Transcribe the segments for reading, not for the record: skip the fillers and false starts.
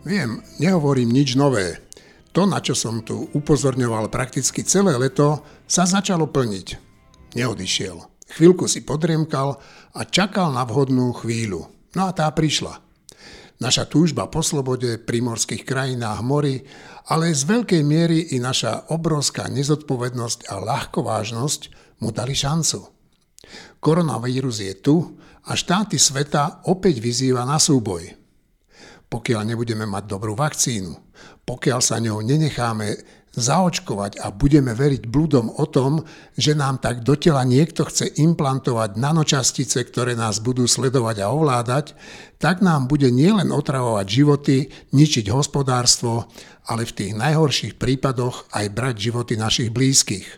Viem, nehovorím nič nové. To, na čo som tu upozorňoval prakticky celé leto, sa začalo plniť. Neodišiel. Chvíľku si podriemkal a čakal na vhodnú chvíľu. No a tá prišla. Naša túžba po slobode, primorských krajinách, mori, ale z veľkej miery i naša obrovská nezodpovednosť a ľahkovážnosť mu dali šancu. Koronavírus je tu a štáty sveta opäť vyzýva na súboj. Pokiaľ nebudeme mať dobrú vakcínu, pokiaľ sa ňou nenecháme zaočkovať a budeme veriť bludom o tom, že nám tak do tela niekto chce implantovať nanočastice, ktoré nás budú sledovať a ovládať, tak nám bude nielen otravovať životy, ničiť hospodárstvo, ale v tých najhorších prípadoch aj brať životy našich blízkych.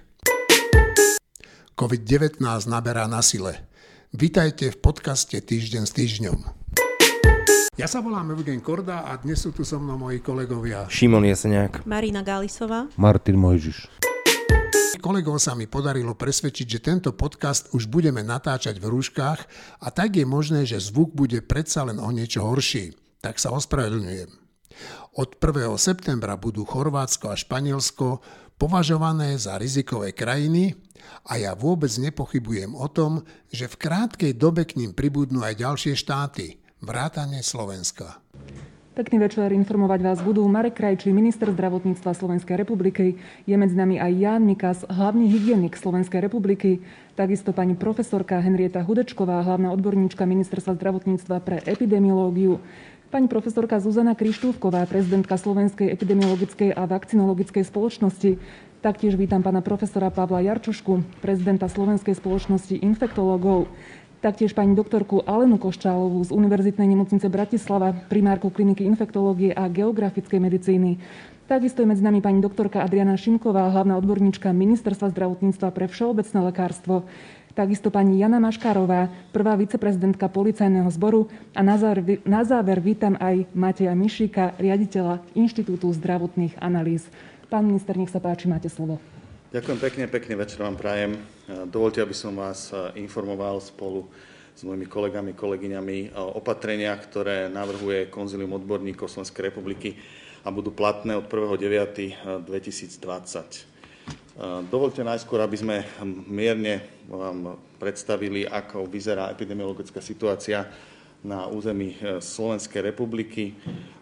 COVID-19 naberá na sile. Vitajte v podcaste Týždeň s týždňom. Ja sa volám Eugen Korda a dnes sú tu so mnou moji kolegovia Šimon Jeseniak, Marina Gálisová, Martin Mojžiš. Kolegov sa mi podarilo presvedčiť, že tento podcast už budeme natáčať v rúškach a tak je možné, že zvuk bude predsa len o niečo horší. Tak sa ospravedlňujem. Od 1. septembra budú Chorvátsko a Španielsko považované za rizikové krajiny a ja vôbec nepochybujem o tom, že v krátkej dobe k ním pribudnú aj ďalšie štáty. Vrátane Slovenska. Pekný večer, informovať vás budú Marek Krajčí, minister zdravotníctva Slovenskej republiky. Je medzi nami aj Ján Mikas, hlavný hygienik Slovenskej republiky. Takisto pani profesorka Henrieta Hudečková, hlavná odborníčka ministerstva zdravotníctva pre epidemiológiu. Pani profesorka Zuzana Krištúfková, prezidentka Slovenskej epidemiologickej a vakcinologickej spoločnosti. Taktiež vítam pána profesora Pavla Jarčušku, prezidenta Slovenskej spoločnosti infektológov. Taktiež pani doktorku Alenu Koščálovú z Univerzitnej nemocnice Bratislava, primárku kliniky infektológie a geografickej medicíny. Takisto je medzi nami pani doktorka Adriana Šimková, hlavná odborníčka Ministerstva zdravotníctva pre všeobecné lekárstvo. Takisto pani Jana Maškárová, prvá viceprezidentka Policajného zboru a na záver vítam aj Mateja Mišíka, riaditeľa Inštitútu zdravotných analýz. Pán minister, nech sa páči, máte slovo. Ďakujem pekne, pekný večer vám prajem. Dovoľte, aby som vás informoval spolu s mojimi kolegami, kolegyňami o opatreniach, ktoré navrhuje konzílium odborníkov Slovenskej republiky a budú platné od 1.9.2020. Dovoľte najskôr, aby sme mierne vám predstavili, ako vyzerá epidemiologická situácia na území Slovenskej republiky.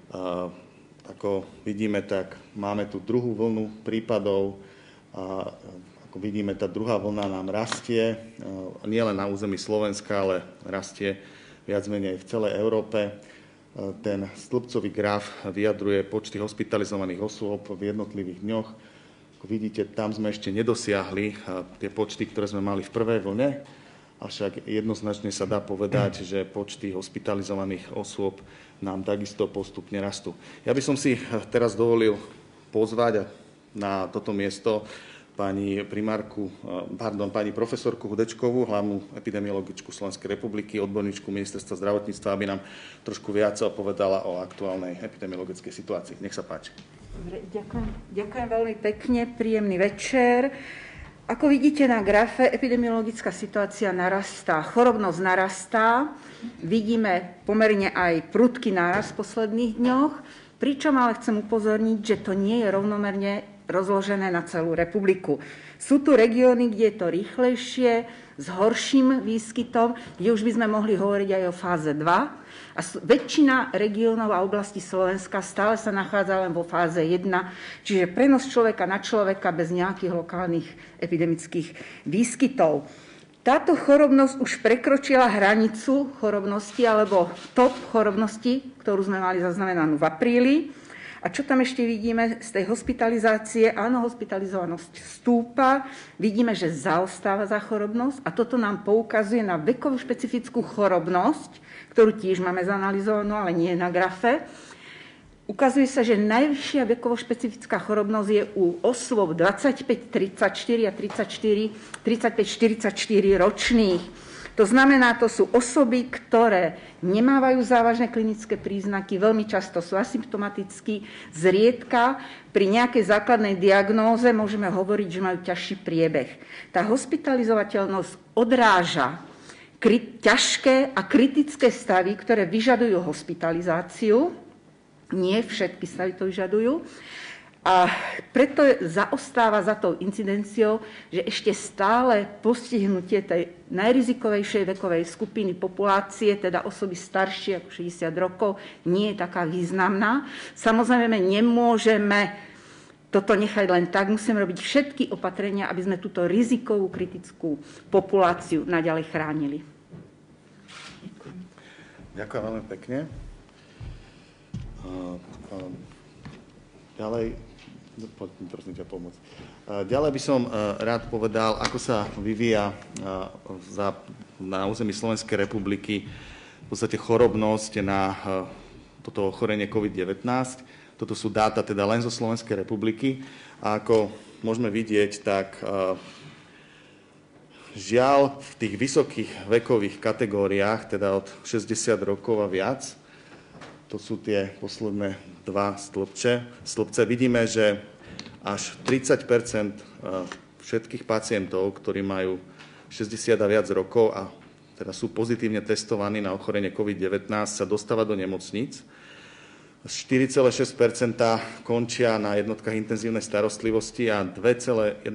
Ako vidíme, tak máme tu druhú vlnu prípadov. A ako vidíme, tá druhá vlna nám rastie, nielen na území Slovenska, ale rastie viac menej v celej Európe. Ten stĺpcový graf vyjadruje počty hospitalizovaných osôb v jednotlivých dňoch. Ako vidíte, tam sme ešte nedosiahli tie počty, ktoré sme mali v prvej vlne, avšak jednoznačne sa dá povedať, že počty hospitalizovaných osôb nám takisto postupne rastú. Ja by som si teraz dovolil pozvať na toto miesto pani profesorku Hudečkovú, hlavnú epidemiologičku Slovenskej republiky, odborníčku ministerstva zdravotníctva, aby nám trošku viac opovedala o aktuálnej epidemiologickej situácii. Nech sa páči. Dobre, ďakujem veľmi pekne, príjemný večer. Ako vidíte na grafe, epidemiologická situácia narastá, chorobnosť narastá, vidíme pomerne aj prudký nárast v posledných dňoch, pričom ale chcem upozorniť, že to nie je rovnomerne rozložené na celú republiku. Sú tu regióny, kde je to rýchlejšie, s horším výskytom, kde už by sme mohli hovoriť aj o fáze 2. A väčšina regiónov a oblastí Slovenska stále sa nachádza len vo fáze 1, čiže prenos človeka na človeka bez nejakých lokálnych epidemických výskytov. Táto chorobnosť už prekročila hranicu chorobnosti alebo top chorobnosti, ktorú sme mali zaznamenanú v apríli. A čo tam ešte vidíme z tej hospitalizácie? Áno, hospitalizovanosť stúpa, vidíme, že zaostáva za chorobnosť a toto nám poukazuje na vekovo špecifickú chorobnosť, ktorú tiež máme zanalizovanú, ale nie na grafe. Ukazuje sa, že najvyššia vekovo špecifická chorobnosť je u osôb 25-34 a 35-44 ročných. To znamená, to sú osoby, ktoré nemávajú závažné klinické príznaky, veľmi často sú asymptomatickí, zriedka pri nejakej základnej diagnóze môžeme hovoriť, že majú ťažší priebeh. Tá hospitalizovateľnosť odráža ťažké a kritické stavy, ktoré vyžadujú hospitalizáciu. Nie všetky stavy to vyžadujú. A preto zaostáva za tou incidenciou, že ešte stále postihnutie tej najrizikovejšej vekovej skupiny populácie, teda osoby staršie ako 60 rokov, nie je taká významná. Samozrejme, nemôžeme toto nechať len tak, musíme robiť všetky opatrenia, aby sme túto rizikovú kritickú populáciu naďalej chránili. Ďakujem veľmi pekne. Ďalej by som rád povedal, ako sa vyvíja na území Slovenskej republiky v podstate chorobnosť na toto ochorenie COVID-19. Toto sú dáta teda len zo Slovenskej republiky. A ako môžeme vidieť, tak žiaľ v tých vysokých vekových kategóriách, teda od 60 rokov a viac, to sú tie posledné dva stĺpce. Vidíme, že až 30 všetkých pacientov, ktorí majú 60 a viac rokov a teda sú pozitívne testovaní na ochorenie COVID-19, sa dostáva do nemocníc. 4,6 končia na jednotkách intenzívnej starostlivosti a 2,1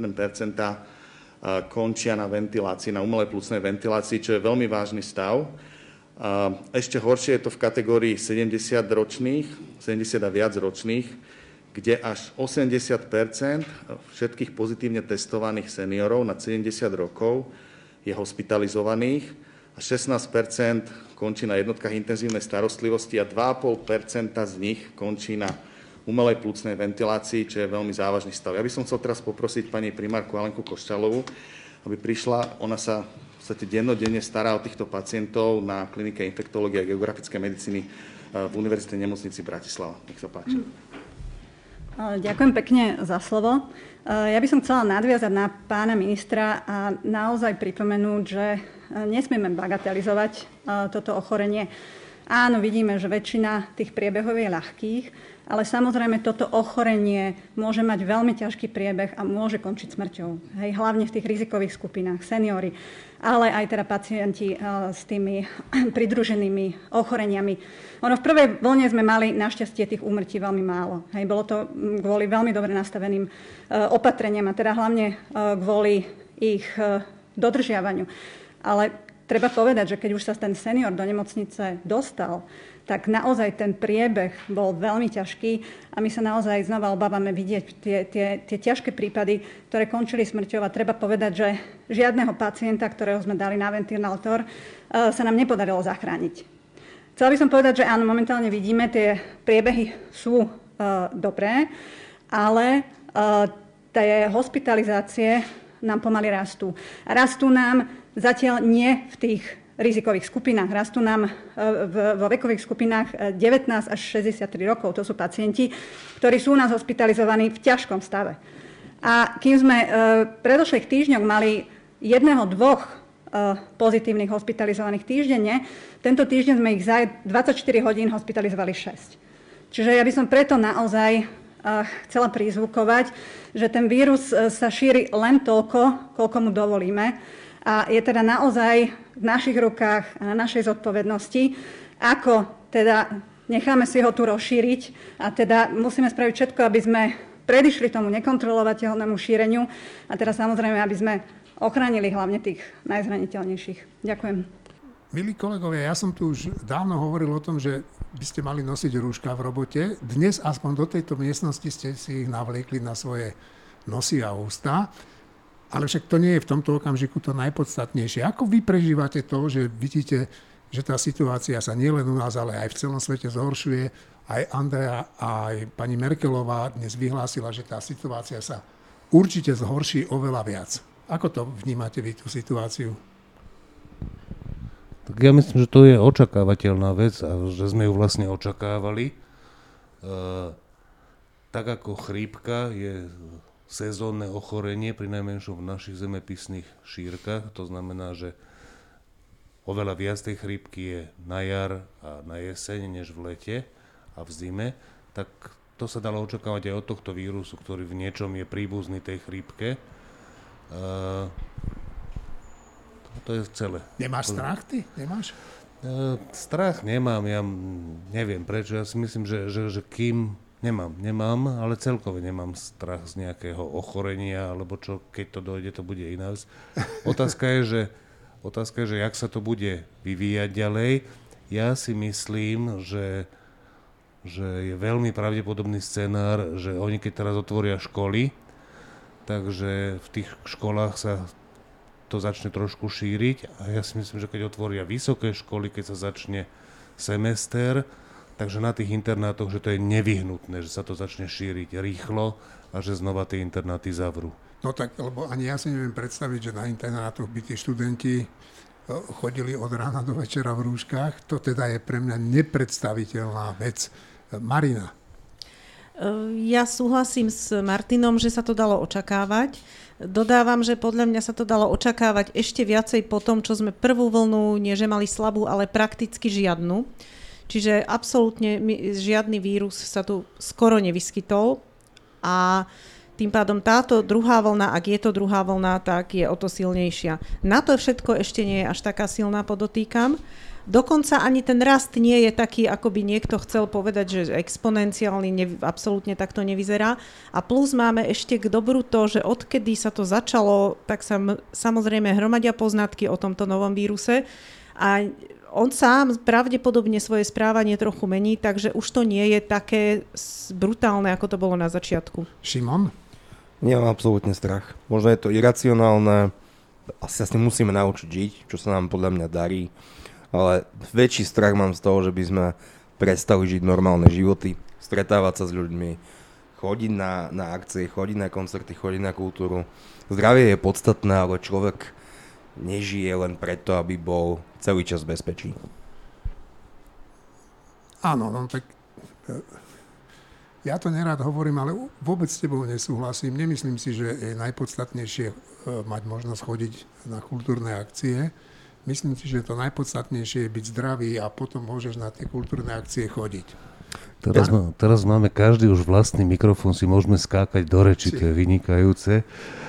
končia na ventilácii, na umelej pľúcnej ventilácii, čo je veľmi vážny stav. Ešte horšie je to v kategórii 70 a viac ročných, kde až 80 všetkých pozitívne testovaných seniorov nad 70 rokov je hospitalizovaných a 16 končí na jednotkách intenzívnej starostlivosti a 2,5 z nich končí na umelej pľúcnej ventilácii, čo je veľmi závažný stav. Ja by som chcel teraz poprosiť pani primárku Alenku Košťalovú, aby prišla. Ona sa v podstate dennodenne stará o týchto pacientov na klinike infektológie a geografickej medicíny v Univerzitnej nemocnici Bratislava. Nech sa páči. Ďakujem pekne za slovo. Ja by som chcela nadviazať na pána ministra a naozaj pripomenúť, že nesmieme bagatelizovať toto ochorenie. Áno, vidíme, že väčšina tých priebehov je ľahkých, ale samozrejme toto ochorenie môže mať veľmi ťažký priebeh a môže končiť smrťou. Hej, hlavne v tých rizikových skupinách, seniori, ale aj teda pacienti s tými pridruženými ochoreniami. Ono v prvej vlne sme mali našťastie tých úmrtí veľmi málo. Hej, bolo to kvôli veľmi dobre nastaveným opatreniam a teda hlavne kvôli ich dodržiavaniu. Ale treba povedať, že keď už sa ten senior do nemocnice dostal, tak naozaj ten priebeh bol veľmi ťažký a my sa naozaj znova obávame vidieť tie ťažké prípady, ktoré končili smrťou. A treba povedať, že žiadneho pacienta, ktorého sme dali na ventilátor, sa nám nepodarilo zachrániť. Chcela by som povedať, že áno, momentálne vidíme, tie priebehy sú dobré, ale tie hospitalizácie nám pomaly rastú. A rastú nám zatiaľ nie v tých rizikových skupinách. Rastú nám vo vekových skupinách 19 až 63 rokov. To sú pacienti, ktorí sú u nás hospitalizovaní v ťažkom stave. A kým sme v predošlých týždňoch mali 1-2 pozitívnych hospitalizovaných týždenne, tento týždeň sme ich za 24 hodín hospitalizovali 6. Čiže ja by som preto naozaj chcela prizvukovať, že ten vírus sa šíri len toľko, koľko mu dovolíme. A je teda naozaj v našich rukách a na našej zodpovednosti, ako teda necháme si ho tu rozšíriť a teda musíme spraviť všetko, aby sme predišli tomu nekontrolovateľnému šíreniu a teda samozrejme, aby sme ochránili hlavne tých najzraniteľnejších. Ďakujem. Milí kolegovia, ja som tu už dávno hovoril o tom, že by ste mali nosiť rúška v robote. Dnes aspoň do tejto miestnosti ste si ich navliekli na svoje nosy a ústa. Ale však to nie je v tomto okamžiku to najpodstatnejšie. Ako vy prežívate to, že vidíte, že tá situácia sa nielen u nás, ale aj v celom svete zhoršuje? Aj Andrea, aj pani Merkelová dnes vyhlásila, že tá situácia sa určite zhorší oveľa viac. Ako to vnímate vy, tú situáciu? Tak ja myslím, že to je očakávateľná vec a že sme ju vlastne očakávali. Tak ako chrípka je sezónne ochorenie, pri najmenšom v našich zemepisných šírkach. To znamená, že oveľa viac tej chrípky je na jar a na jeseň, než v lete a v zime. Tak to sa dalo očakávať aj od tohto vírusu, ktorý v niečom je príbuzný tej chrípke. To je celé. Nemáš strach ty? Nemáš? Strach nemám, ja neviem prečo, ja si myslím, že kým nemám, ale celkové nemám strach z nejakého ochorenia, alebo čo, keď to dojde, to bude iná vec. Otázka je, že jak sa to bude vyvíjať ďalej. Ja si myslím, že je veľmi pravdepodobný scenár, že oni keď teraz otvoria školy, takže v tých školách sa to začne trošku šíriť a ja si myslím, že keď otvoria vysoké školy, keď sa začne semester, takže na tých internátoch, že to je nevyhnutné, že sa to začne šíriť rýchlo a že znova tie internáty zavrú. No tak, lebo ani ja si neviem predstaviť, že na internátoch by tí študenti chodili od rána do večera v rúškach. To teda je pre mňa nepredstaviteľná vec. Marina. Ja súhlasím s Martinom, že sa to dalo očakávať. Dodávam, že podľa mňa sa to dalo očakávať ešte viacej po tom, čo sme prvú vlnu nie že mali slabú, ale prakticky žiadnu. Čiže absolútne žiadny vírus sa tu skoro nevyskytol a tým pádom táto druhá vlna, ak je to druhá vlna, tak je o to silnejšia. Na to všetko ešte nie je až taká silná, podotýkam. Dokonca ani ten rast nie je taký, ako by niekto chcel povedať, že exponenciálny, absolútne takto nevyzerá. A plus máme ešte k dobru to, že odkedy sa to začalo, tak sa samozrejme hromadia poznatky o tomto novom víruse a on sám pravdepodobne svoje správanie trochu mení, takže už to nie je také brutálne, ako to bolo na začiatku. Šimon? Nemám absolútne strach. Možno je to iracionálne, asi sa s tým musíme naučiť žiť, čo sa nám podľa mňa darí. Ale väčší strach mám z toho, že by sme prestali žiť normálne životy, stretávať sa s ľuďmi, chodiť na akcie, chodiť na koncerty, chodiť na kultúru. Zdravie je podstatné, ale človek nežije len preto, aby bol celý čas v bezpečí. Áno, no tak ja to nerád hovorím, ale vôbec s tebou nesúhlasím. Nemyslím si, že je najpodstatnejšie mať možnosť chodiť na kultúrne akcie. Myslím si, že to najpodstatnejšie je byť zdravý a potom môžeš na tie kultúrne akcie chodiť. Teraz máme každý už vlastný mikrofón, si môžeme skákať do reči, to je vynikajúce.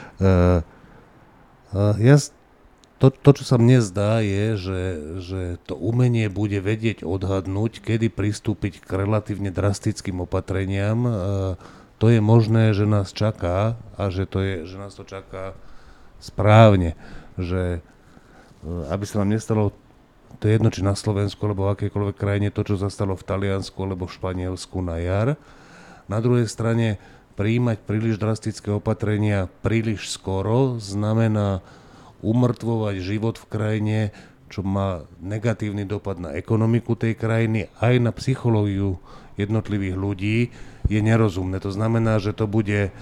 To, čo sa mne zdá, je, že to umenie bude vedieť odhadnúť, kedy pristúpiť k relatívne drastickým opatreniam. To je možné, že nás čaká a že nás to čaká správne, že aby sa nám nestalo, to je jedno, či na Slovensku, alebo v akejkoľvek krajine, to, čo zastalo v Taliansku, alebo v Španielsku na jar. Na druhej strane, prijímať príliš drastické opatrenia príliš skoro znamená umrtvovať život v krajine, čo má negatívny dopad na ekonomiku tej krajiny, aj na psychológiu jednotlivých ľudí, je nerozumné. To znamená, že to,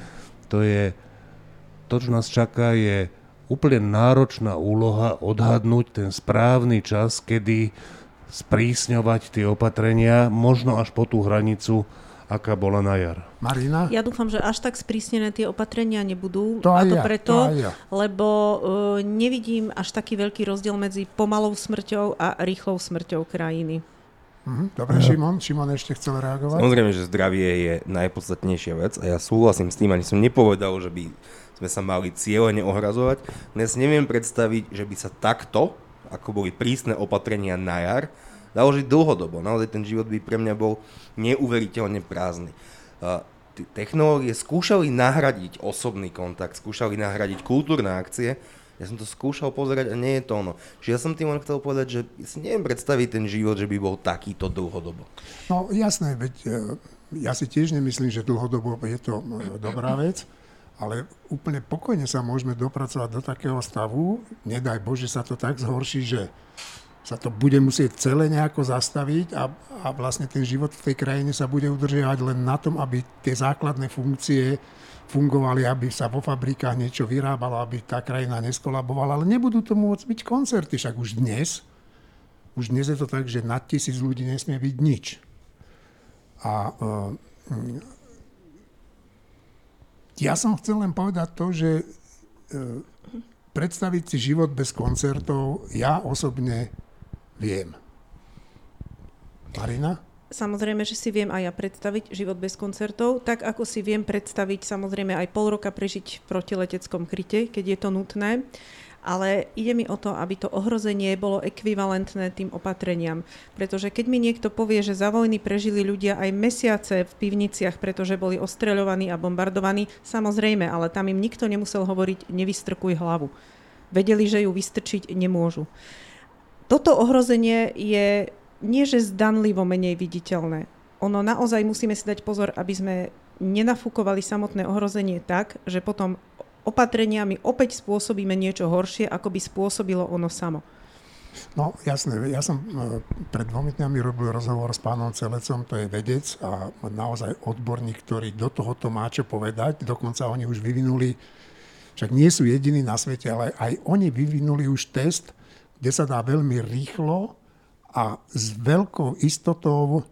čo nás čaká, je úplne náročná úloha odhadnúť ten správny čas, kedy sprísňovať tie opatrenia, možno až po tú hranicu, aká bola na jar. Marina? Ja dúfam, že až tak sprísnené tie opatrenia nebudú. Lebo nevidím až taký veľký rozdiel medzi pomalou smrťou a rýchlou smrťou krajiny. Dobre, Šimon ešte chcel reagovať? Samozrejme, že zdravie je najpodstatnejšia vec a ja súhlasím s tým, ani som nepovedal, že by sme sa mali cieľene ohrazovať. Dnes neviem predstaviť, že by sa takto, ako boli prísne opatrenia na jar, dalo žiť dlhodobo. Naozaj ten život by pre mňa bol neuveriteľne prázdny. Technológie skúšali nahradiť osobný kontakt, skúšali nahradiť kultúrne akcie. Ja som to skúšal pozerať a nie je to ono. Čiže ja som tým len chcel povedať, že si neviem predstaviť ten život, že by bol takýto dlhodobo. No jasné, veď ja si tiež nemyslím, že dlhodobo je to dobrá vec, ale úplne pokojne sa môžeme dopracovať do takého stavu, nedaj Bože sa to tak zhorší, že sa to bude musieť celé nejako zastaviť a vlastne ten život v tej krajine sa bude udržiavať len na tom, aby tie základné funkcie fungovali, aby sa vo fabrikách niečo vyrábalo, aby tá krajina neskolabovala, ale nebudú to môcť byť koncerty, však už dnes je to tak, že nad 1000 ľudí nesmie byť nič. A ja som chcel len povedať to, že predstaviť si život bez koncertov ja osobne viem. Marina? Samozrejme, že si viem aj ja predstaviť život bez koncertov, tak ako si viem predstaviť samozrejme aj pol roka prežiť v protileteckom kryte, keď je to nutné. Ale ide mi o to, aby to ohrozenie bolo ekvivalentné tým opatreniam. Pretože keď mi niekto povie, že za vojny prežili ľudia aj mesiace v pivniciach, pretože boli ostreľovaní a bombardovaní, samozrejme, ale tam im nikto nemusel hovoriť nevystrkuj hlavu. Vedeli, že ju vystrčiť nemôžu. Toto ohrozenie je nie že zdanlivo menej viditeľné. Ono naozaj musíme si dať pozor, aby sme nenafúkovali samotné ohrozenie tak, že potom opatreniami opäť spôsobíme niečo horšie, ako by spôsobilo ono samo. No jasné, ja som pred 2 dňami robil rozhovor s pánom Celecom, to je vedec a naozaj odborník, ktorý do tohoto má čo povedať, dokonca oni už vyvinuli, však nie sú jediní na svete, ale aj oni vyvinuli už test, kde sa dá veľmi rýchlo a s veľkou istotou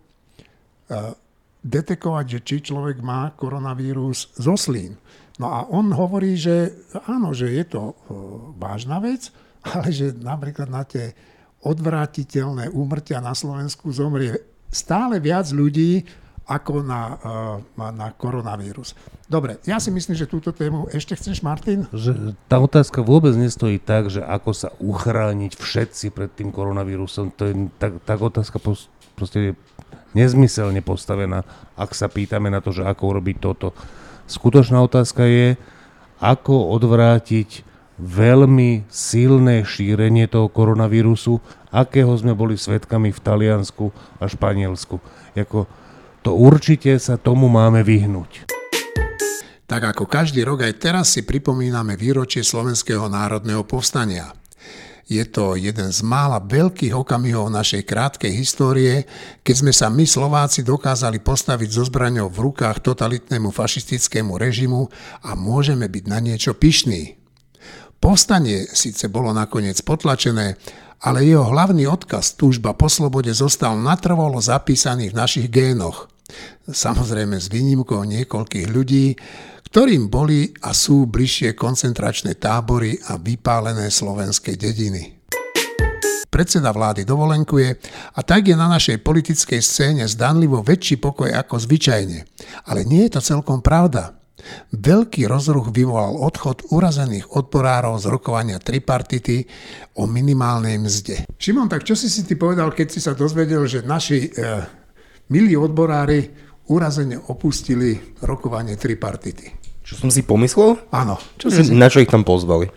detekovať, že či človek má koronavírus z oslín. No a on hovorí, že áno, že je to vážna vec, ale že napríklad na tie odvrátiteľné úmrtia na Slovensku zomrie stále viac ľudí ako na koronavírus. Dobre, ja si myslím, že túto tému ešte chceš, Martin? Že tá otázka vôbec nestojí tak, že ako sa uchrániť všetci pred tým koronavírusom. To je tak otázka proste nezmyselne postavená, ak sa pýtame na to, že ako urobiť toto. Skutočná otázka je, ako odvrátiť veľmi silné šírenie toho koronavírusu, akého sme boli svedkami v Taliansku a Španielsku. To určite sa tomu máme vyhnúť. Tak ako každý rok, aj teraz si pripomíname výročie Slovenského národného povstania. Je to jeden z mála veľkých okamihov našej krátkej histórie, keď sme sa my Slováci dokázali postaviť so zbraňou v rukách totalitnému fašistickému režimu a môžeme byť na niečo pyšní. Povstanie síce bolo nakoniec potlačené, ale jeho hlavný odkaz, túžba po slobode, zostal natrvalo zapísaný v našich génoch. Samozrejme s výnimkou niekoľkých ľudí, ktorým boli a sú bližšie koncentračné tábory a vypálené slovenské dediny. Predseda vlády dovolenkuje a tak je na našej politickej scéne zdanlivo väčší pokoj ako zvyčajne. Ale nie je to celkom pravda. Veľký rozruch vyvolal odchod urazených odborárov z rokovania tripartity o minimálnej mzde. Šimon, tak čo si ty povedal, keď si sa dozvedel, že naši milí odborári urazene opustili rokovanie tripartity? Čo som si pomyslel? Áno. Na čo ich tam pozvali?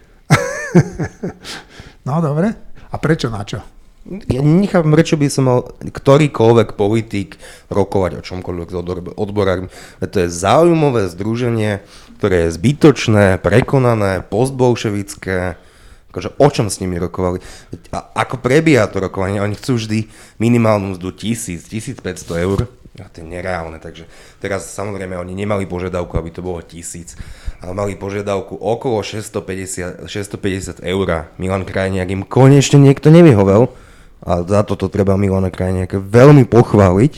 No dobre. A prečo na čo? Ja nechápam, prečo by som mal ktorýkoľvek politik rokovať o čomkoľvek s odborármi. To je záujmové združenie, ktoré je zbytočné, prekonané, postbolševické. Akože o čom s nimi rokovali? A ako prebieha to rokovanie? Oni chcú vždy minimálnu mzdu 1000-1500 eur. A to je nereálne, takže teraz samozrejme oni nemali požiadavku, aby to bolo 1000, ale mali požiadavku okolo 650 eur. Milan Krajniak im konečne niekto nevyhovel a za toto treba Milana Krajniaka veľmi pochváliť.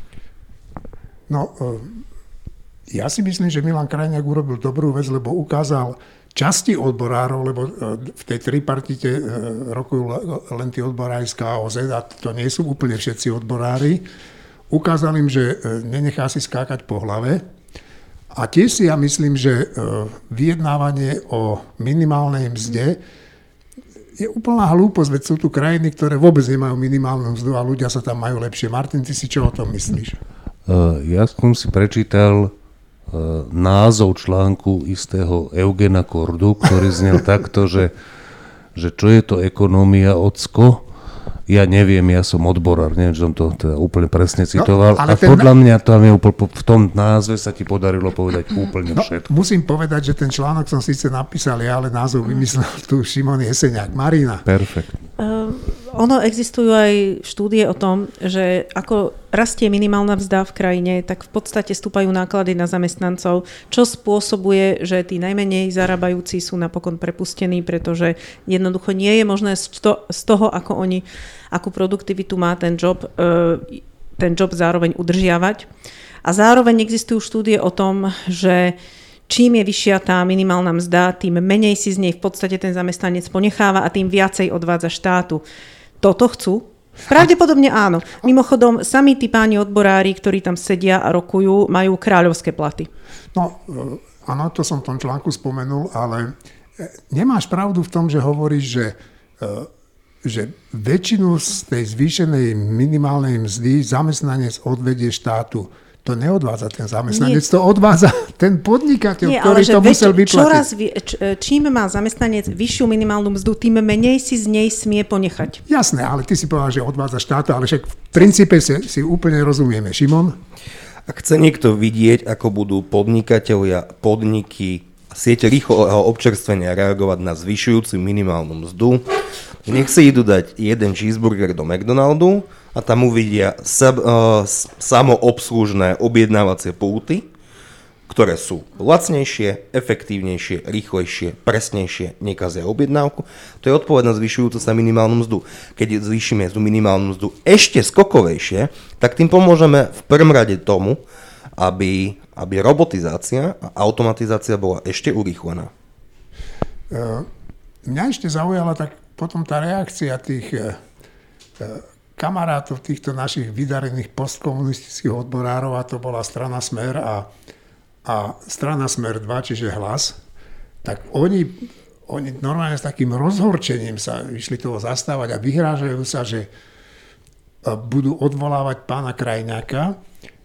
No, ja si myslím, že Milan Krajniak urobil dobrú vec, lebo ukázal časti odborárov, lebo v tej tripartite rokujú len tí odborári z KOZ a to nie sú úplne všetci odborári. Ukázal im, že nenechá si skákať po hlave. A tiež si ja myslím, že vyjednávanie o minimálnej mzde je úplná hlúposť, veď sú tu krajiny, ktoré vôbec nemajú minimálnu mzdu a ľudia sa tam majú lepšie. Martin, ty si čo o tom myslíš? Ja som si prečítal názov článku istého Eugena Kordu, ktorý znel takto, že čo je to ekonómia, ocko? Ja neviem, ja som odborár, neviem, že som to teda úplne presne citoval. No, a podľa mňa tam je v tom názve sa ti podarilo povedať úplne všetko. Musím povedať, že ten článok som síce napísal ja, ale názov vymyslel tu Šimon Jeseniak. Marina. Perfekt. Ono existujú aj štúdie o tom, že ako rastie minimálna mzda v krajine, tak v podstate stúpajú náklady na zamestnancov, čo spôsobuje, že tí najmenej zarábajúci sú napokon prepustení, pretože jednoducho nie je možné z toho, akú produktivitu má ten job zároveň udržiavať. A zároveň existujú štúdie o tom, že čím je vyššia tá minimálna mzda, tým menej si z nej v podstate ten zamestnanec ponecháva a tým viacej odvádza štátu. Toto chcú? Pravdepodobne áno. Mimochodom, sami tí páni odborári, ktorí tam sedia a rokujú, majú kráľovské platy. No, áno, to som v tom článku spomenul, ale nemáš pravdu v tom, že hovoríš, že väčšinu z tej zvýšenej minimálnej mzdy zamestnanec odvedie štátu. To neodvádza ten zamestnanec, to odvádza ten podnikateľ, ktorý to musel vyplatiť. Čím má zamestnanec vyššiu minimálnu mzdu, tým menej si z nej smie ponechať. Jasné, ale ty si povedal, že odvádza štátu, ale však v princípe si úplne rozumieme. Šimon? Ak chce niekto vidieť, ako budú podnikatelia, podniky a siete rýchleho občerstvenia reagovať na zvyšujúcu minimálnu mzdu, nech si idú dať jeden cheeseburger do McDonaldu a tam uvidia samoobslužné objednávacie pulty, ktoré sú lacnejšie, efektívnejšie, rýchlejšie, presnejšie, nekazia objednávku. To je odpoveď na zvyšujúcu sa minimálnu mzdu. Keď zvýšime tú minimálnu mzdu ešte skokovejšie, tak tým pomôžeme v prvom rade tomu, aby robotizácia a automatizácia bola ešte urýchlená. Mňa ešte zaujala tak potom tá reakcia tých kamarátov, týchto našich vydarených postkomunistických odborárov, a to bola strana Smer a strana Smer 2, čiže Hlas, tak oni normálne s takým rozhorčením sa išli toho zastávať a vyhrážajú sa, že budú odvolávať pána Krajňáka.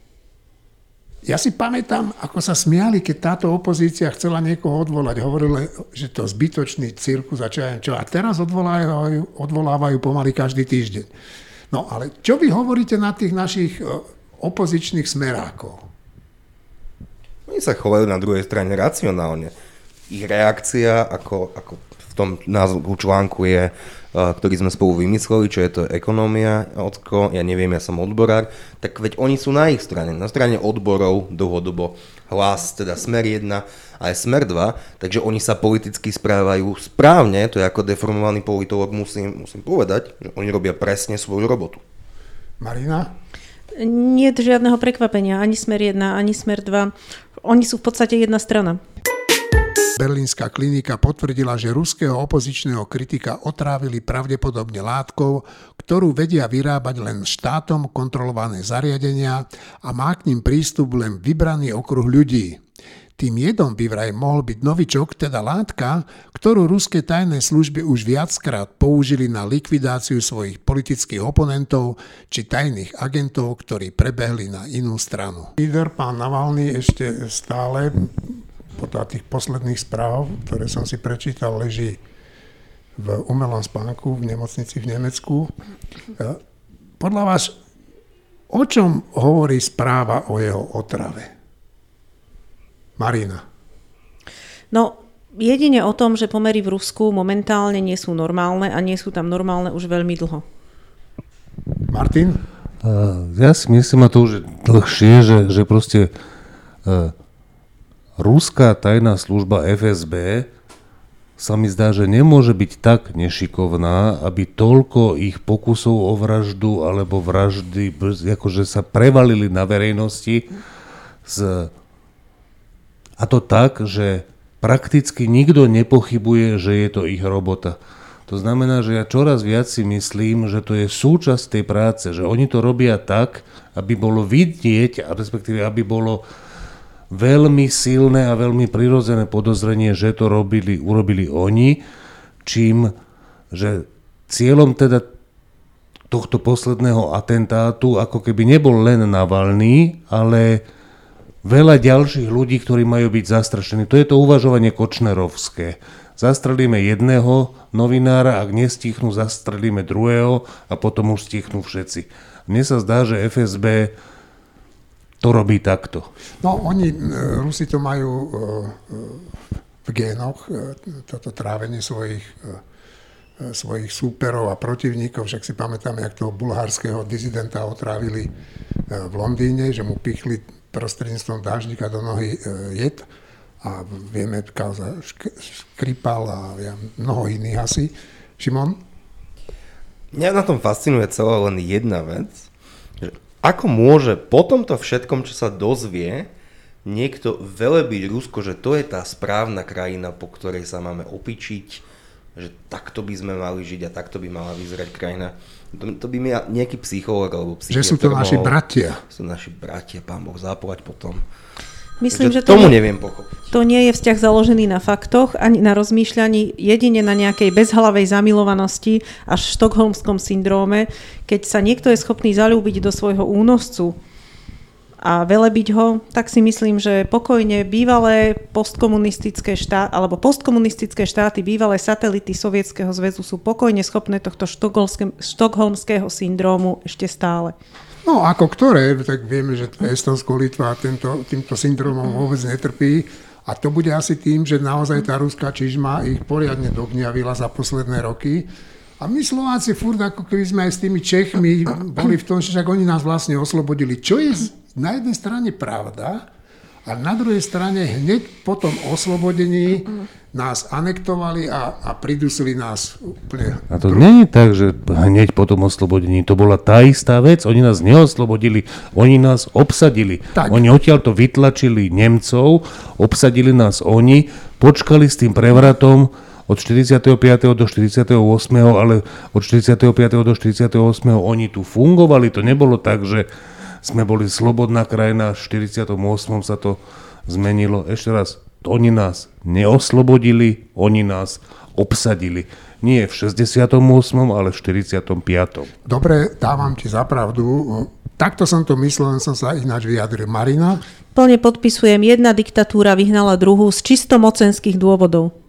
Ja si pamätám, ako sa smiali, keď táto opozícia chcela niekoho odvolať. Hovorili, že to zbytočný cirkus a čo. A teraz odvolávajú pomaly každý týždeň. No ale čo vy hovoríte na tých našich opozičných smerákov? Oni sa chovajú na druhej strane racionálne. Ich reakcia, ako v tom názvu článku je, ktorý sme spolu vymysleli, čo je to ekonómia, ja neviem, ja som odborár, tak veď oni sú na ich strane, na strane odborov dlhodobo, Hlas, teda Smer 1 a aj Smer 2, takže oni sa politicky správajú správne, to je ako deformovaný politolog, musím povedať, že oni robia presne svoju robotu. Marina? Nie je žiadneho prekvapenia, ani Smer 1, ani Smer 2, oni sú v podstate jedna strana. Berlínska klinika potvrdila, že ruského opozičného kritika otrávili pravdepodobne látkou, ktorú vedia vyrábať len štátom kontrolované zariadenia a má k ním prístup len vybraný okruh ľudí. Tým jedom by vraj mohol byť novičok, teda látka, ktorú ruské tajné služby už viackrát použili na likvidáciu svojich politických oponentov či tajných agentov, ktorí prebehli na inú stranu. Líder pán Navalny ešte stále podľa tých posledných správ, ktoré som si prečítal, leží v umelom spánku v nemocnici v Nemecku. Podľa vás, o čom hovorí správa o jeho otrave? Marina. No, jedine o tom, že pomery v Rusku momentálne nie sú normálne a nie sú tam normálne už veľmi dlho. Martin? Ja si myslím, a to už je dlhšie, že proste ruská tajná služba FSB sa mi zdá, že nemôže byť tak nešikovná, aby toľko ich pokusov o vraždu alebo vraždy akože sa prevalili na verejnosti a to tak, že prakticky nikto nepochybuje, že je to ich robota. To znamená, že ja čoraz viac si myslím, že to je súčasť tej práce, že oni to robia tak, aby bolo vidieť, a respektíve aby bolo veľmi silné a veľmi prirodzené podozrenie, že to urobili oni, čím, že cieľom teda tohto posledného atentátu ako keby nebol len Navalny, ale veľa ďalších ľudí, ktorí majú byť zastrašení. To je to uvažovanie kočnerovské. Zastrelíme jedného novinára, ak nestichnú, zastrelíme druhého a potom už stichnú všetci. Mne sa zdá, že FSB to robí takto. No, Rusi to majú v génoch, toto trávenie svojich súperov a protivníkov. Však si pamätáme, jak toho bulharského dizidenta otrávili v Londýne, že mu pichli prostredníctvom dáždika do nohy jed a vieme, kauza Skripal a mnoho iných asi. Šimon? Mňa na tom fascinuje celá len jedna vec, že ako môže po tomto všetkom, čo sa dozvie, niekto velebiť Rusko, že to je tá správna krajina, po ktorej sa máme opičiť, že takto by sme mali žiť a takto by mala vyzerať krajina. To by mi nejaký psychológ alebo psychiatr. Že sú to naši bratia. Sú naši bratia, pán Boh zaplať potom. Myslím, že tomu neviem pochopiť. To nie je vzťah založený na faktoch, ani na rozmýšľaní, jedine na nejakej bezhlavej zamilovanosti až štokholmskom syndróme, keď sa niekto je schopný zaľúbiť do svojho únoscu a velebiť ho, tak si myslím, že pokojne bývalé postkomunistické štáty, bývalé satelity Sovietskeho zväzu sú pokojne schopné tohto štokholmského syndrómu ešte stále. No ako ktoré, tak vieme, že Estonsko, Litva týmto syndromom vôbec netrpí a to bude asi tým, že naozaj tá ruská čižma ich poriadne dogniavila za posledné roky. A my Slováci furt ako keby sme aj s tými Čechmi boli v tom, že však oni nás vlastne oslobodili. Čo je na jednej strane pravda, a na druhej strane hneď po tom oslobodení nás anektovali a pridusili nás úplne. A to nie je tak, že hneď po tom oslobodení to bola tá istá vec. Oni nás neoslobodili, oni nás obsadili. Tak. Oni odtiaľto vytlačili Nemcov, obsadili nás oni, počkali s tým prevratom od 45. do 48. ale od 45. do 48. oni tu fungovali. To nebolo tak, že sme boli slobodná krajina, v 48. sa to zmenilo. Ešte raz, oni nás neoslobodili, oni nás obsadili. Nie v 68., ale v 45. Dobre, dávam ti za pravdu. Takto som to myslel, len som sa ináč vyjadril. Marina? Plne podpisujem, jedna diktatúra vyhnala druhú z čisto mocenských dôvodov.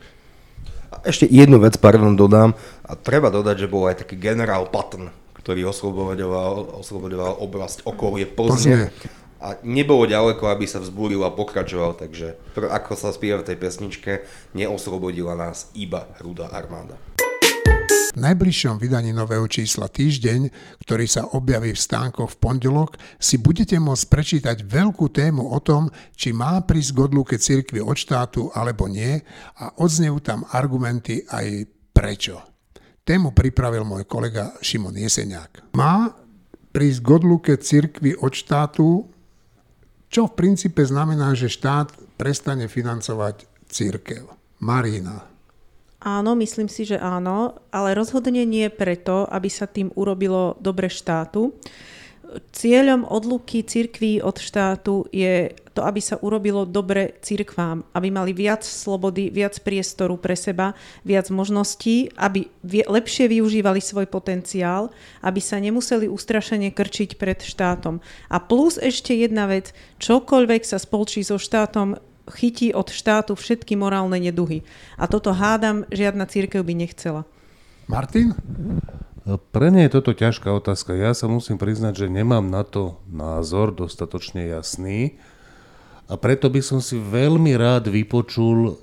Ešte jednu vec, dodám. A treba dodať, že bol aj taký generál Patton, ktorý oslobodoval oblasť okolie Plzne. A nebolo ďaleko, aby sa vzbúril a pokračoval, takže ako sa spieva v tej pesničke, neoslobodila nás iba Rudá armáda. V najbližšom vydaní nového čísla Týždeň, ktorý sa objaví v stánkoch v pondelok, si budete môcť prečítať veľkú tému o tom, či má prísť k odluke cirkvi od štátu alebo nie a odznejú tam argumenty aj prečo. Tému pripravil môj kolega Šimon Jeseniak. Má prísť k odluke cirkvi od štátu, čo v princípe znamená, že štát prestane financovať cirkev. Marina. Áno, myslím si, že áno, ale rozhodne nie preto, aby sa tým urobilo dobre štátu. Cieľom odluky cirkví od štátu je to, aby sa urobilo dobre cirkvám, aby mali viac slobody, viac priestoru pre seba, viac možností, aby lepšie využívali svoj potenciál, aby sa nemuseli ustrašene krčiť pred štátom. A plus ešte jedna vec, čokoľvek sa spolčí so štátom, chytí od štátu všetky morálne neduhy. A toto hádam, žiadna cirkev by nechcela. Martin? Pre mňa je toto ťažká otázka. Ja sa musím priznať, že nemám na to názor dostatočne jasný a preto by som si veľmi rád vypočul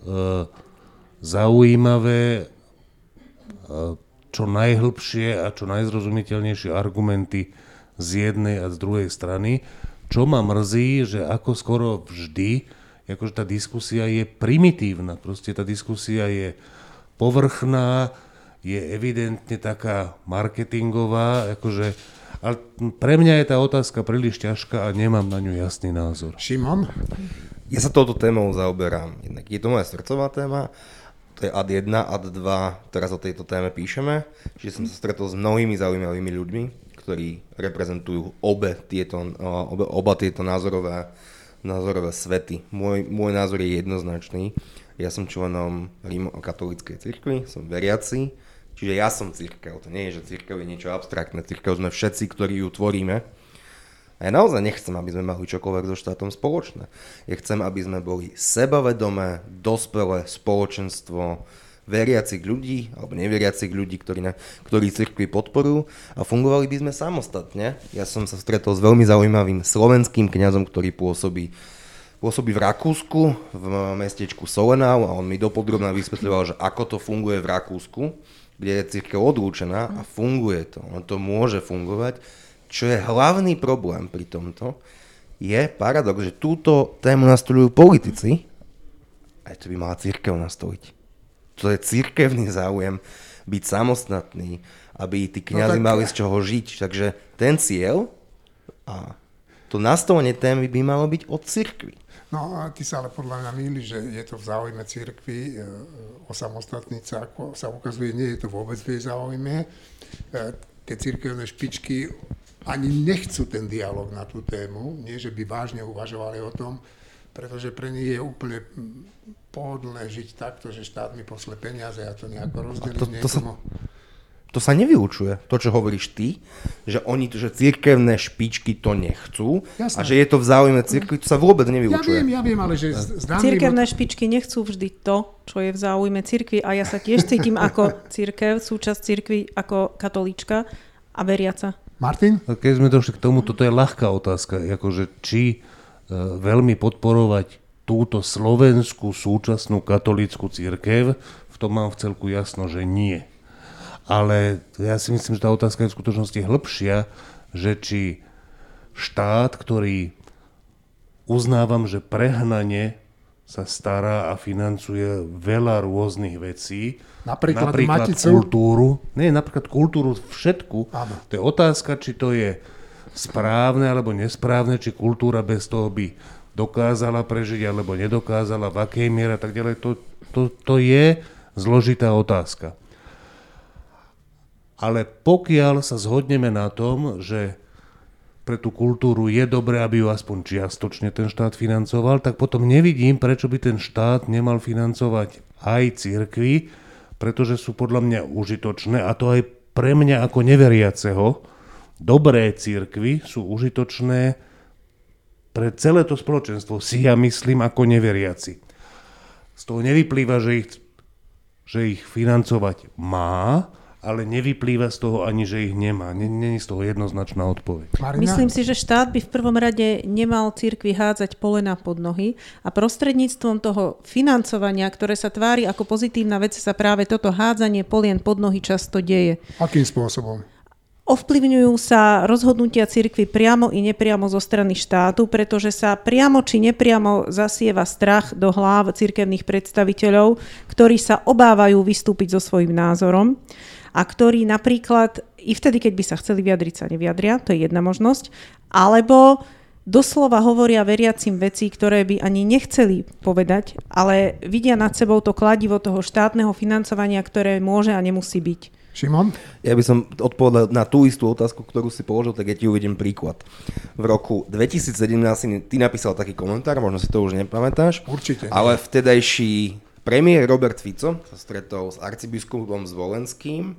zaujímavé, čo najhlbšie a čo najzrozumiteľnejšie argumenty z jednej a z druhej strany. Čo ma mrzí, že ako skoro vždy, akože tá diskusia je primitívna. Proste tá diskusia je povrchná, je evidentne taká marketingová, akože, ale pre mňa je tá otázka príliš ťažká a nemám na ňu jasný názor. Šimon? Ja sa touto témou zaoberám. Jednak je to moja srdcová téma, to je ad 1, ad 2, teraz o tejto téme píšeme, čiže som sa stretol s mnohými zaujímavými ľuďmi, ktorí reprezentujú oba tieto názorové svety. Môj názor je jednoznačný. Ja som členom rímokatolíckej cirkvi, som veriaci, čiže ja som cirkev. To nie je, že cirkev je niečo abstraktné. Cirkev sme všetci, ktorí ju tvoríme. A ja naozaj nechcem, aby sme mali čokoľvek so štátom spoločné. Ja chcem, aby sme boli sebavedomé, dospelé spoločenstvo veriacich ľudí, alebo neveriacich ľudí, ktorí cirkvi podporujú a fungovali by sme samostatne. Ja som sa stretol s veľmi zaujímavým slovenským kňazom, ktorý pôsobí v Rakúsku, v mestečku Solenau a on mi dopodrobne vysvetľoval, že ako to funguje v Rakúsku, kde je cirkev odlúčená a funguje to. On to môže fungovať. Čo je hlavný problém pri tomto, je paradox, že túto tému nastoľujú politici, aj to by mala cirkev nastoliť. To je cirkevný záujem byť samostatný, aby tí kňazi mali z čoho žiť. Takže ten cieľ a to nastolenie témy by malo byť od cirkvi. No a ty sa ale podľa mňa mýli, že je to v záujme cirkvi osamostatniť sa, ako sa ukazuje, nie je to vôbec v jej záujme. Tie cirkevné špičky ani nechcú ten dialog na tú tému, nie že by vážne uvažovali o tom, pretože pre nich je úplne pohodlné žiť takto, že štát mi pošle peniaze a to nejako rozdelím niekomu. To sa nevylučuje, to, čo hovoríš ty, že že cirkevné špičky to nechcú. Jasné. A že je to v záujme cirkvi, to sa vôbec nevylučuje. Ja viem, ale že cirkevné špičky nechcú vždy to, čo je v záujme cirkvi a ja sa tiež cítim ako cirkev, súčasť cirkvi ako katolíčka a veriaca. Martin? Keď sme došli k tomu, toto je ľahká otázka, akože či veľmi podporovať túto slovenskú súčasnú katolícku cirkev, v tom mám v celku jasno, že nie. Ale ja si myslím, že tá otázka je v skutočnosti hĺbšia, že či štát, ktorý uznávam, že prehnane sa stará a financuje veľa rôznych vecí, napríklad kultúru, napríklad kultúru všetku, áno. To je otázka, či to je správne alebo nesprávne, či kultúra bez toho by dokázala prežiť alebo nedokázala, v akej miere a tak ďalej. To je zložitá otázka. Ale pokiaľ sa zhodneme na tom, že pre tú kultúru je dobré, aby ju aspoň čiastočne ten štát financoval, tak potom nevidím, prečo by ten štát nemal financovať aj cirkvi, pretože sú podľa mňa užitočné, a to aj pre mňa ako neveriaceho. Dobré cirkvi sú užitočné pre celé to spoločenstvo, si ja myslím ako neveriaci. Z toho nevyplýva, že ich financovať má, ale nevyplýva z toho ani, že ich nemá. Není z toho jednoznačná odpoveď. Marina? Myslím si, že štát by v prvom rade nemal cirkvi hádzať polená pod nohy a prostredníctvom toho financovania, ktoré sa tvári ako pozitívna vec, sa práve toto hádzanie polien pod nohy často deje. Akým spôsobom? Ovplyvňujú sa rozhodnutia cirkvi priamo i nepriamo zo strany štátu, pretože sa priamo či nepriamo zasieva strach do hlav cirkevných predstaviteľov, ktorí sa obávajú vystúpiť so svojím názorom a ktorí napríklad i vtedy, keď by sa chceli vyjadriť, sa nevyjadria, to je jedna možnosť, alebo doslova hovoria veriacim veci, ktoré by ani nechceli povedať, ale vidia nad sebou to kladivo toho štátneho financovania, ktoré môže a nemusí byť. Šimon? Ja by som odpovedal na tú istú otázku, ktorú si položil, tak ja ti uvediem príklad. V roku 2017 ty napísal taký komentár, možno si to už nepamätáš. Určite. Ale vtedajší premiér Robert Fico sa stretol s arcibiskupom Zvolenským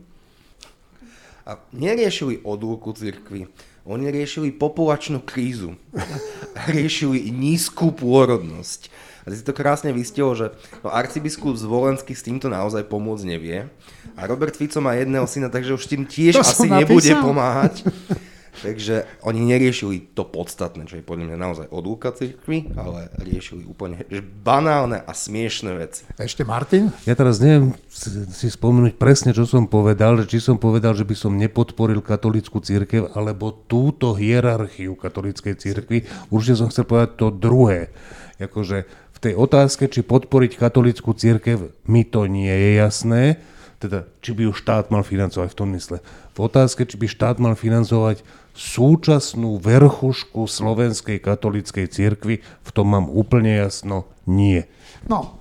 a neriešili odluku cirkvi. Oni riešili populačnú krízu. Riešili nízku pôrodnosť. A si to krásne vystihol, že arcibiskup Zvolenský s týmto naozaj pomôcť nevie. A Robert Fico má jedného syna, takže už tým tiež asi nebude pomáhať. Takže oni neriešili to podstatné, čo je podľa mňa naozaj odluka cirkvi, ale riešili úplne banálne a smiešné veci. Ešte Martin? Ja teraz neviem si spomenúť presne, čo som povedal, že či som povedal, že by som nepodporil katolícku cirkev, alebo túto hierarchiu katolíckej cirkvi. Určite som chcel povedať to druhé. Akože v tej otázke, či podporiť katolícku cirkev, mi to nie je jasné. Teda, či by ju štát mal financovať v tom mysle. V otázke, či by štát mal financovať súčasnú verchušku slovenskej katolíckej cirkvi, v tom mám úplne jasno, nie. No,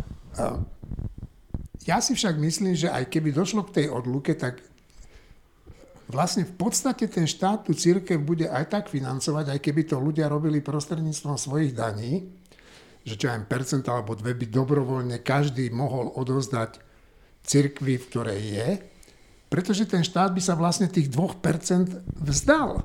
ja si však myslím, že aj keby došlo k tej odluke, tak vlastne v podstate ten štát tú cirkev bude aj tak financovať, aj keby to ľudia robili prostredníctvom svojich daní, že čo aj percent alebo 2 by dobrovoľne každý mohol odovzdať cirkvi, v ktorej je, pretože ten štát by sa vlastne tých 2% vzdal.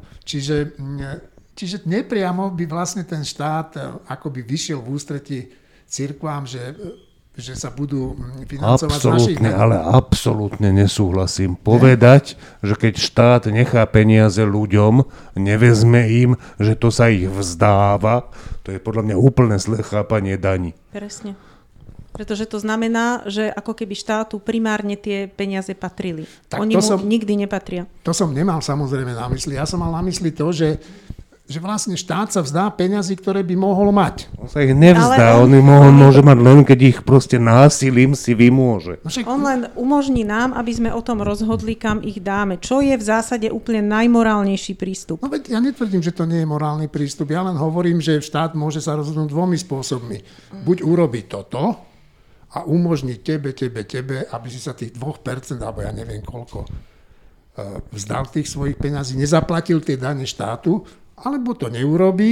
Čiže nepriamo by vlastne ten štát akoby vyšiel v ústretí cirkvám, že sa budú financovať z našich daní. Ale absolútne nesúhlasím. Povedať, že keď štát nechá peniaze ľuďom, nevezme im, že to sa ich vzdáva, to je podľa mňa úplné zlé chápanie daní. Presne. Pretože to znamená, že ako keby štátu primárne tie peniaze patrili. Tak oni mu nikdy nepatria. To som nemal samozrejme na mysli. Ja som mal na mysli to, že vlastne štát sa vzdá peniazy, ktoré by mohol mať. On sa ich nevzdá, on môže mať len, keď ich proste násilím si vymôže. No on len umožní nám, aby sme o tom rozhodli, kam ich dáme. Čo je v zásade úplne najmorálnejší prístup. No veď ja netvrdím, že to nie je morálny prístup. Ja len hovorím, že štát môže sa rozhodnúť 2 spôsobmi. Buď urobiť toto a umožniť tebe, aby si sa tých 2%, alebo ja neviem koľko, vzdal tých svojich peňazí, nezaplatil tie dane štátu, alebo to neurobí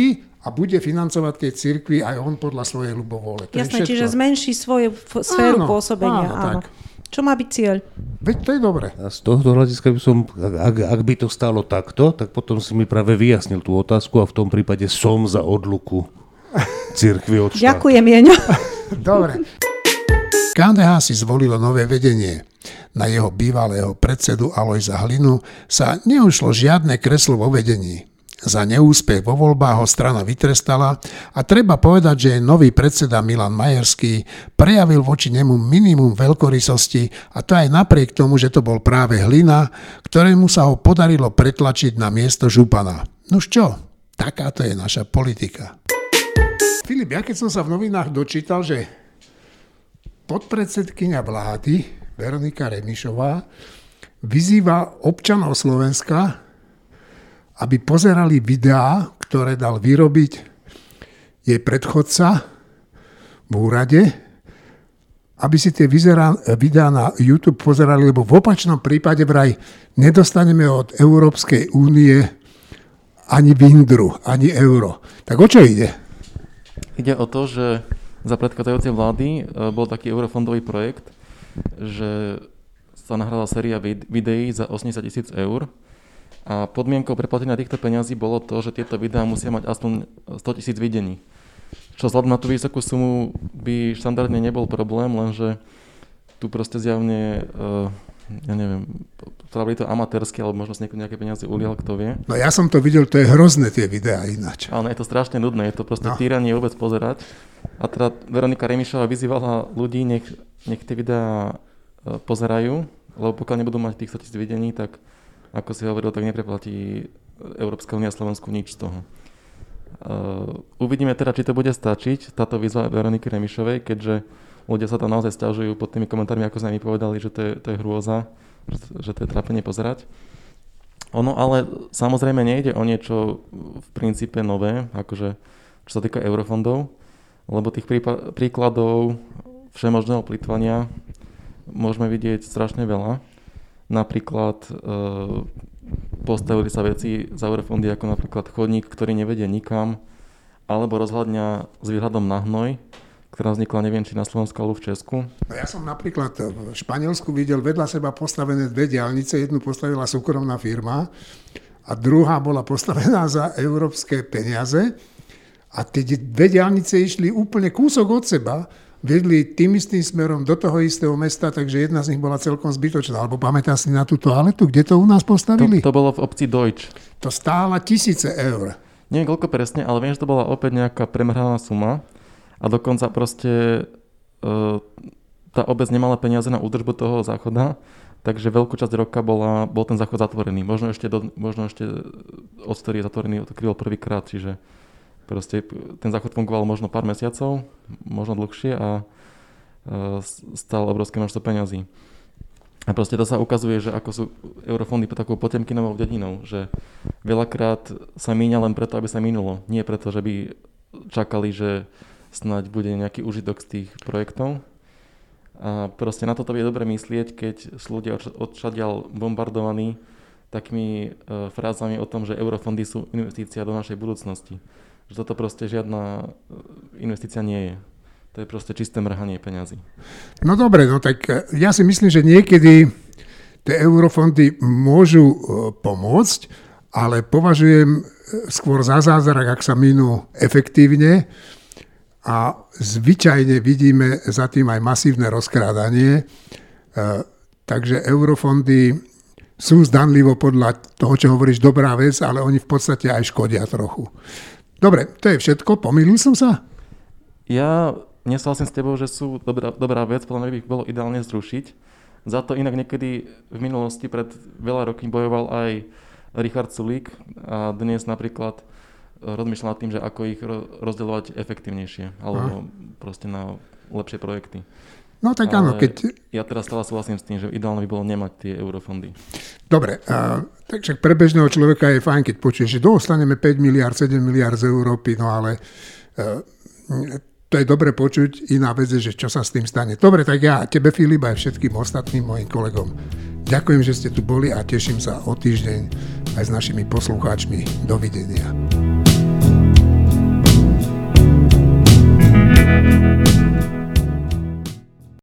a bude financovať tie cirkvi aj on podľa svojej ľubovôle. Jasné, čiže zmenší svoju sféru pôsobenia. Áno. Tak. Čo má byť cieľ? Veď to je dobre. A z tohto hľadiska by som, ak by to stálo takto, tak potom si mi práve vyjasnil tú otázku a v tom prípade som za odluku cirkvi od štátu. Ďakujem, Jeňo. Dobre. KDH si zvolilo nové vedenie. Na jeho bývalého predsedu Alojza Hlinu sa neušlo žiadne kreslo vo vedení. Za neúspech vo voľbách ho strana vytrestala a treba povedať, že nový predseda Milan Majerský prejavil voči nemu minimum veľkorysosti a to aj napriek tomu, že to bol práve Hlina, ktorému sa ho podarilo pretlačiť na miesto župana. Nuž čo, takáto je naša politika. Filip, ja keď som sa v novinách dočítal, že podpredsedkyňa vlády Veronika Remišová vyzýva občanov Slovenska, aby pozerali videá, ktoré dal vyrobiť jej predchodca v úrade, aby si tie videá na YouTube pozerali, lebo v opačnom prípade vraj nedostaneme od Európskej únie ani vindru, ani euro. Tak o čo ide? Ide o to, že za predchádzajúcej vlády bol taký eurofondový projekt, že sa nahrala séria videí za 80 000 eur. A podmienkou preplatenia týchto peňazí bolo to, že tieto videá musia mať aspoň 100 000 videní. Čo vzhľadom na tú vysokú sumu by štandardne nebol problém, lenže tu proste zjavne, ja neviem, boli to amatérske, alebo možno si nejaké peniaze ulial, kto vie. No ja som to videl, to je hrozné tie videá ináč. Áno, je to strašne nudné, je to proste týranie vôbec pozerať. A teda Veronika Remišová vyzývala ľudí, nech tie videá pozerajú, lebo pokiaľ nebudú mať tých 100 000 videní, tak ako si hovoril, tak nepreplatí Európska únia Slovensku nič z toho. Uvidíme teda, či to bude stačiť, táto výzva Veroniky Remišovej, keďže ľudia sa tam naozaj sťažujú pod tými komentármi, ako sme mi povedali, že to je hrôza, že to je trápenie pozerať. Ono ale samozrejme nejde o niečo v princípe nové, akože čo sa týka eurofondov, lebo tých príkladov všemožného plytvania môžeme vidieť strašne veľa. Napríklad postavili sa veci za eurofondy ako napríklad chodník, ktorý nevedie nikam, alebo rozhľadňa s výhľadom na hnoj, ktorá vznikla neviem či na Slovensku alebo v Česku. No ja som napríklad v Španielsku videl vedľa seba postavené dve diaľnice, jednu postavila súkromná firma a druhá bola postavená za európske peniaze a tie dve diaľnice išli úplne kúsok od seba, vedli tým istým smerom do toho istého mesta, takže jedna z nich bola celkom zbytočná. Alebo pamätáš si na tú toaletu, kde to u nás postavili? To bolo v obci Deutsch. To stála 1000 eur. Neviem koľko presne, ale viem, že to bola opäť nejaká premrhaná suma a dokonca proste tá obec nemala peniaze na údržbu toho záchoda, takže veľkú časť roka bol ten záchod zatvorený. Možno ešte odtedy je zatvorený, to kryl prvýkrát, čiže proste ten záchod fungoval možno pár mesiacov, možno dlhšie a stál obrovské množstvo peňazí. A proste to sa ukazuje, že ako sú eurofondy takou Potemkinovou dedinou, že veľakrát sa míňa len preto, aby sa minulo. Nie preto, že by čakali, že snáď bude nejaký užitok z tých projektov. A proste na toto je dobre myslieť, keď sú ľudia odšadiaľ bombardovaní takými frázami o tom, že eurofondy sú investícia do našej budúcnosti. Že toto proste žiadna investícia nie je. To je proste čisté mrhanie peňazí. No dobre, no tak ja si myslím, že niekedy tie eurofondy môžu pomôcť, ale považujem skôr za zázrak, ak sa minú efektívne a zvyčajne vidíme za tým aj masívne rozkrádanie. Takže eurofondy sú zdanlivo podľa toho, čo hovoríš, dobrá vec, ale oni v podstate aj škodia trochu. Dobre, to je všetko. Pomýlil som sa? Ja nesúhlasím s tebou, že sú dobrá vec, podľa mňa by ich bolo ideálne zrušiť. Za to inak niekedy v minulosti pred veľa rokmi bojoval aj Richard Sulík a dnes napríklad rozmýšľa nad tým, že ako ich rozdeľovať efektívnejšie alebo proste na lepšie projekty. No tak áno, keď... Ja teraz stále súhlasím s tým, že ideálne by bolo nemať tie eurofondy. Dobre, takže pre bežného človeka je fajn, keď počuješ, že dostaneme 5 miliard, 7 miliard z Európy, no ale to je dobre počuť. Iná vec je, že čo sa s tým stane. Dobre, tak ja tebe, Filip, aj všetkým ostatným mojim kolegom ďakujem, že ste tu boli a teším sa o týždeň aj s našimi poslucháčmi. Dovidenia.